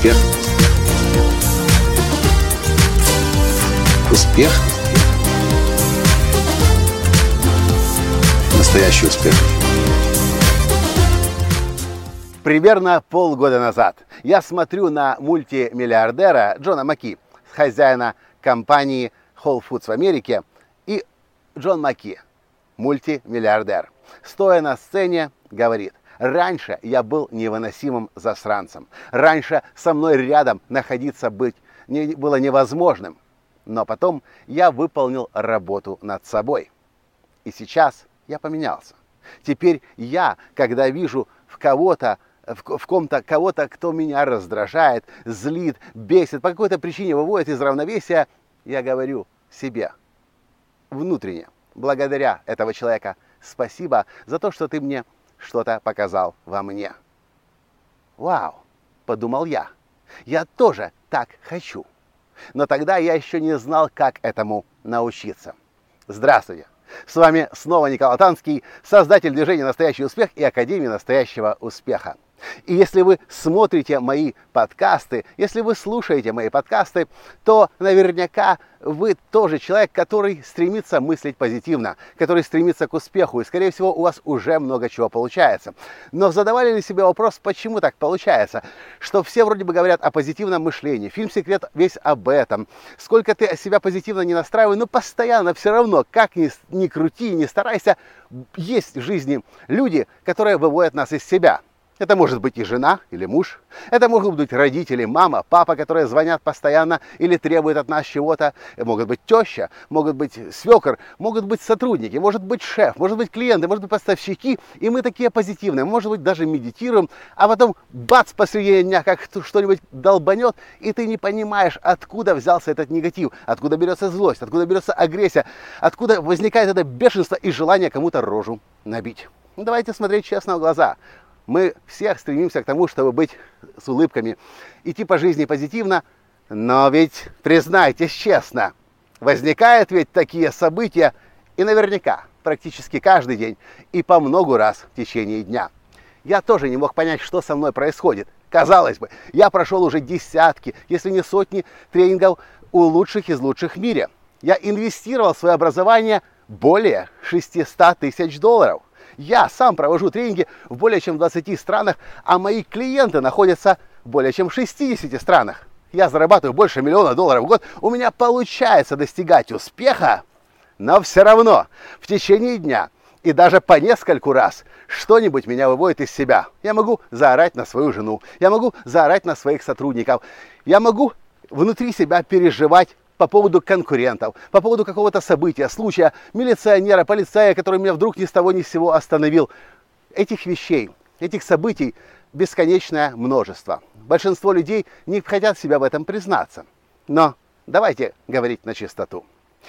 Успех. Успех. Настоящий успех. Примерно полгода назад я смотрю на мультимиллиардера Джона Маки, хозяина компании Whole Foods в Америке, и Джон Маки, мультимиллиардер, стоя на сцене, говорит: раньше я был невыносимым засранцем. Раньше со мной рядом находиться было невозможным. Но потом я выполнил работу над собой. И сейчас я поменялся. Теперь я, когда вижу в ком-то кого-то, кто меня раздражает, злит, бесит, по какой-то причине выводит из равновесия, я говорю себе внутренне: благодаря этого человека спасибо за то, что ты мне что-то показал во мне. Вау, подумал я тоже так хочу. Но тогда я еще не знал, как этому научиться. Здравствуйте! С вами снова Николай Танский, создатель движения «Настоящий успех» и Академии настоящего успеха. И если вы смотрите мои подкасты, если вы слушаете мои подкасты, то наверняка вы тоже человек, который стремится мыслить позитивно, который стремится к успеху, и, скорее всего, у вас уже много чего получается. Но задавали ли себе вопрос, почему так получается? Что все вроде бы говорят о позитивном мышлении, фильм «Секрет» весь об этом. Сколько ты себя позитивно не настраивай, но постоянно все равно, как ни крути, не старайся, есть в жизни люди, которые выводят нас из себя. Это может быть и жена, или муж. Это могут быть родители, мама, папа, которые звонят постоянно или требуют от нас чего-то. Могут быть теща, могут быть свекор, могут быть сотрудники, может быть шеф, может быть клиенты, может быть поставщики. И мы такие позитивные, может быть даже медитируем, а потом бац, посреди дня как что-нибудь долбанет, и ты не понимаешь, откуда взялся этот негатив, откуда берется злость, откуда берется агрессия, откуда возникает это бешенство и желание кому-то рожу набить. Давайте смотреть честно в глаза. Мы все стремимся к тому, чтобы быть с улыбками, идти по жизни позитивно, но ведь, признайтесь честно, возникают ведь такие события, и наверняка практически каждый день и по много раз в течение дня. Я тоже не мог понять, что со мной происходит. Казалось бы, я прошел уже десятки, если не сотни тренингов у лучших из лучших в мире. Я инвестировал в свое образование более $600 тысяч. Я сам провожу тренинги в более чем 20 странах, а мои клиенты находятся в более чем 60 странах. Я зарабатываю больше $1 миллиона в год, у меня получается достигать успеха, но все равно в течение дня и даже по нескольку раз что-нибудь меня выводит из себя. Я могу заорать на свою жену, я могу заорать на своих сотрудников, я могу внутри себя переживать по поводу конкурентов, по поводу какого-то события, случая, милиционера, полицая, который меня вдруг ни с того ни с сего остановил. Этих вещей, этих событий бесконечное множество. Большинство людей не хотят себя в этом признаться. Но давайте говорить на чистоту.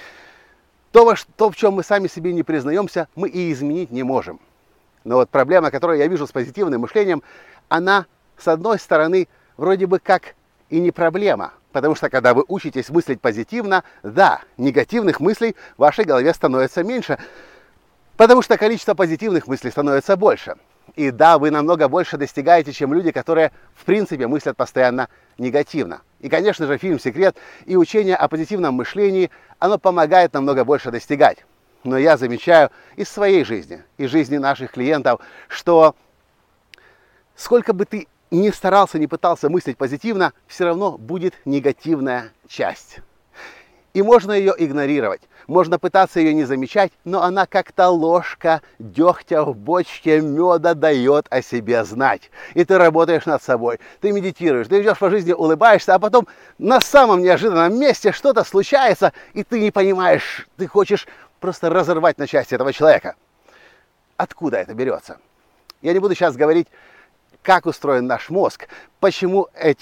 То, в чем мы сами себе не признаемся, мы и изменить не можем. Но вот проблема, которую я вижу с позитивным мышлением, она, с одной стороны, вроде бы как и не проблема. Потому что, когда вы учитесь мыслить позитивно, да, негативных мыслей в вашей голове становится меньше, потому что количество позитивных мыслей становится больше. И да, вы намного больше достигаете, чем люди, которые, в принципе, мыслят постоянно негативно. И, конечно же, фильм «Секрет» и учение о позитивном мышлении, оно помогает намного больше достигать. Но я замечаю из своей жизни, из жизни наших клиентов, что сколько бы ты не старался, не пытался мыслить позитивно, все равно будет негативная часть. И можно ее игнорировать, можно пытаться ее не замечать, но она как-то ложка дегтя в бочке меда дает о себе знать. И ты работаешь над собой, ты медитируешь, ты идешь по жизни, улыбаешься, а потом на самом неожиданном месте что-то случается, и ты не понимаешь, ты хочешь просто разорвать на части этого человека. Откуда это берется? Я не буду сейчас говорить, как устроен наш мозг, почему эти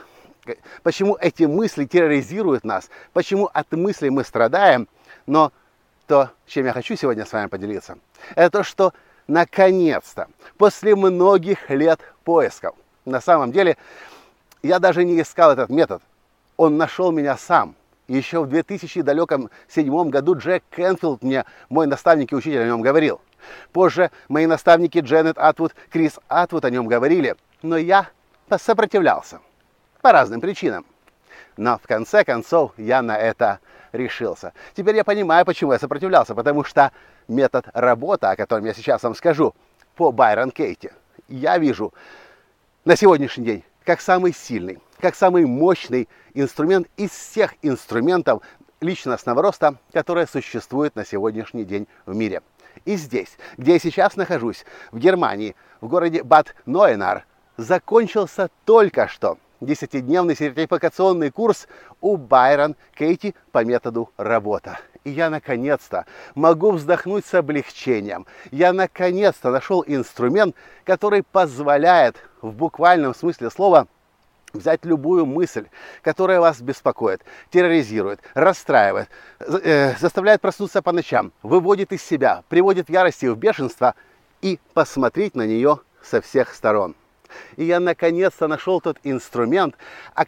мысли терроризируют нас, почему от мыслей мы страдаем. Но то, чем я хочу сегодня с вами поделиться, это то, что наконец-то, после многих лет поисков, на самом деле, я даже не искал этот метод, он нашел меня сам. Еще в 2007 году Джек Кенфилд мне, мой наставник и учитель, о нем говорил. Позже мои наставники Дженнет Атвуд, Крис Атвуд о нем говорили, но я сопротивлялся. по разным причинам. Но в конце концов я на это решился. Теперь я понимаю, почему я сопротивлялся, потому что метод работы, о котором я сейчас вам скажу, по Байрон Кейти, я вижу на сегодняшний день как самый сильный, как самый мощный инструмент из всех инструментов личностного роста, которые существуют на сегодняшний день в мире. И здесь, где я сейчас нахожусь, в Германии, в городе Бад Нойенар, закончился только что 10-дневный сертификационный курс у Байрон Кейти по методу работа. И я наконец-то могу вздохнуть с облегчением. Я наконец-то нашел инструмент, который позволяет в буквальном смысле слова взять любую мысль, которая вас беспокоит, терроризирует, расстраивает, заставляет проснуться по ночам, выводит из себя, приводит в ярость и в бешенство, и посмотреть на нее со всех сторон. И я наконец-то нашел тот инструмент, о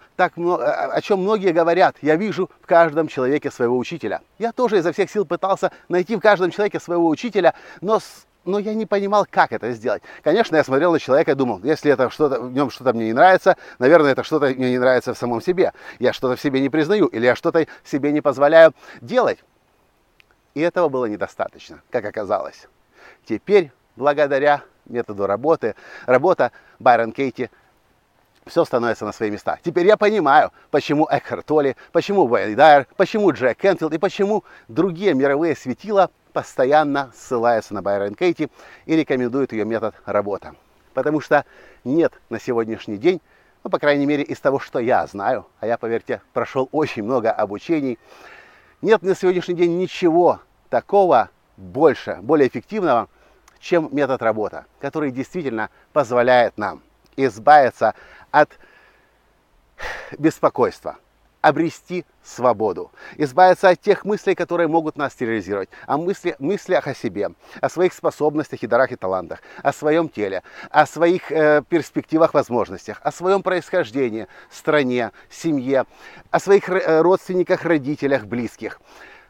чем многие говорят. Я вижу в каждом человеке своего учителя. Я тоже изо всех сил пытался найти в каждом человеке своего учителя, но я не понимал, как это сделать. Конечно, я смотрел на человека и думал, если это в нем что-то мне не нравится, наверное, это что-то мне не нравится в самом себе. Я что-то в себе не признаю, или я что-то себе не позволяю делать. И этого было недостаточно, как оказалось. Теперь, благодаря методу работа Байрон Кейти, все становится на свои места. Теперь я понимаю, почему Экхарт Толле, почему Уэйн Дайер, почему Джек Кенфилд и почему другие мировые светила постоянно ссылаются на Байрон Кейти и рекомендуют ее метод работа. Потому что нет на сегодняшний день, по крайней мере из того, что я знаю, а я, поверьте, прошел очень много обучений, нет на сегодняшний день ничего такого более эффективного, чем метод работа, который действительно позволяет нам избавиться от беспокойства, обрести свободу, избавиться от тех мыслей, которые могут нас терроризировать, о мыслях о себе, о своих способностях и дарах и талантах, о своем теле, о своих перспективах, возможностях, о своем происхождении, стране, семье, о своих родственниках, родителях, близких.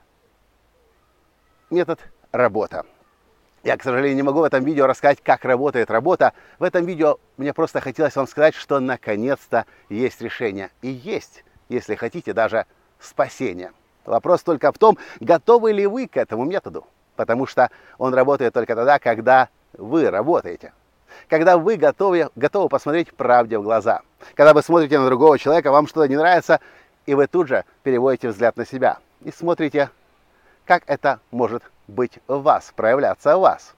Метод работа. Я, к сожалению, не могу в этом видео рассказать, как работает работа. В этом видео мне просто хотелось вам сказать, что наконец-то есть решение. И есть, если хотите, даже спасение. Вопрос только в том, готовы ли вы к этому методу. Потому что он работает только тогда, когда вы работаете. Когда вы готовы посмотреть правде в глаза. Когда вы смотрите на другого человека, вам что-то не нравится, и вы тут же переводите взгляд на себя. И смотрите, как это может быть в вас, проявляться в вас.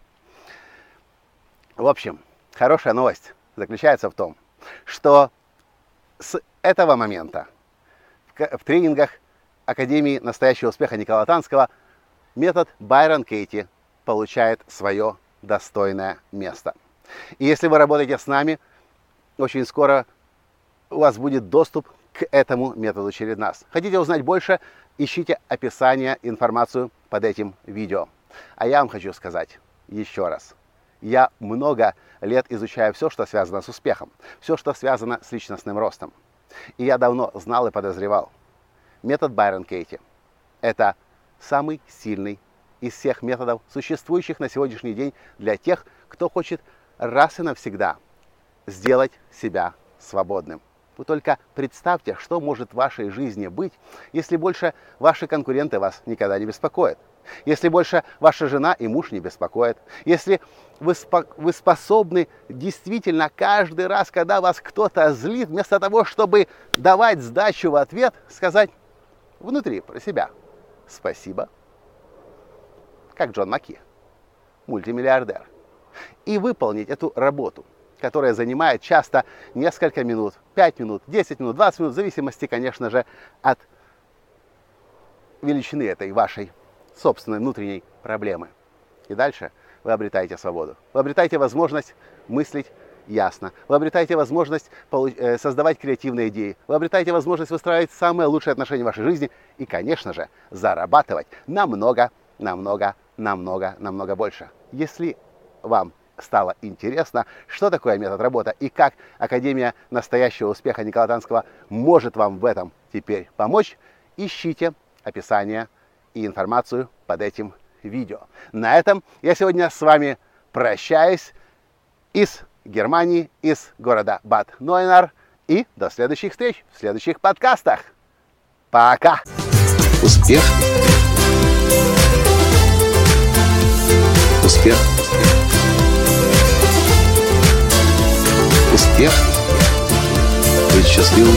В общем, хорошая новость заключается в том, что с этого момента в тренингах Академии настоящего успеха Николая Танского метод Байрон Кейти получает свое достойное место. И если вы работаете с нами, очень скоро у вас будет доступ к этому методу через нас. Хотите узнать больше? Ищите описание, информацию под этим видео. А я вам хочу сказать еще раз. Я много лет изучаю все, что связано с успехом, все, что связано с личностным ростом. И я давно знал и подозревал. Метод Байрон Кейти – это самый сильный из всех методов, существующих на сегодняшний день для тех, кто хочет раз и навсегда сделать себя свободным. Вы только представьте, что может в вашей жизни быть, если больше ваши конкуренты вас никогда не беспокоят. Если больше ваша жена и муж не беспокоят. Если вы способны действительно каждый раз, когда вас кто-то злит, вместо того, чтобы давать сдачу в ответ, сказать внутри про себя «спасибо», как Джон Маки, мультимиллиардер, и выполнить эту работу, которая занимает часто несколько минут, 5 минут, 10 минут, 20 минут, в зависимости, конечно же, от величины этой вашей собственной внутренней проблемы. И дальше вы обретаете свободу. Вы обретаете возможность мыслить ясно. Вы обретаете возможность создавать креативные идеи. Вы обретаете возможность выстраивать самые лучшие отношения в вашей жизни. И, конечно же, зарабатывать намного больше. Если вам стало интересно, что такое метод работы и как Академия настоящего успеха Николая Танского может вам в этом теперь помочь, ищите описание и информацию под этим видео. На этом я сегодня с вами прощаюсь из Германии, из города Бад Нойенар, И до следующих встреч в следующих подкастах. Пока! Успех. Успех. Успех. Быть счастливым,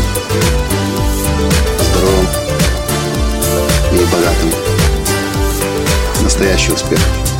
здоровым и богатым. Настоящий успех.